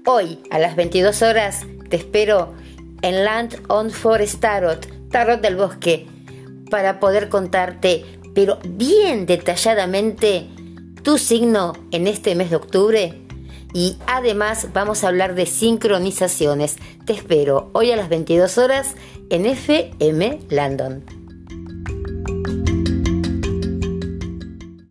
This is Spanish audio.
Hoy a las 22 horas te espero en Land on Forest Tarot del Bosque, para poder contarte, pero bien detalladamente, tu signo en este mes de octubre. Y además vamos a hablar de sincronizaciones. Te espero hoy a las 22 horas en FM Landon.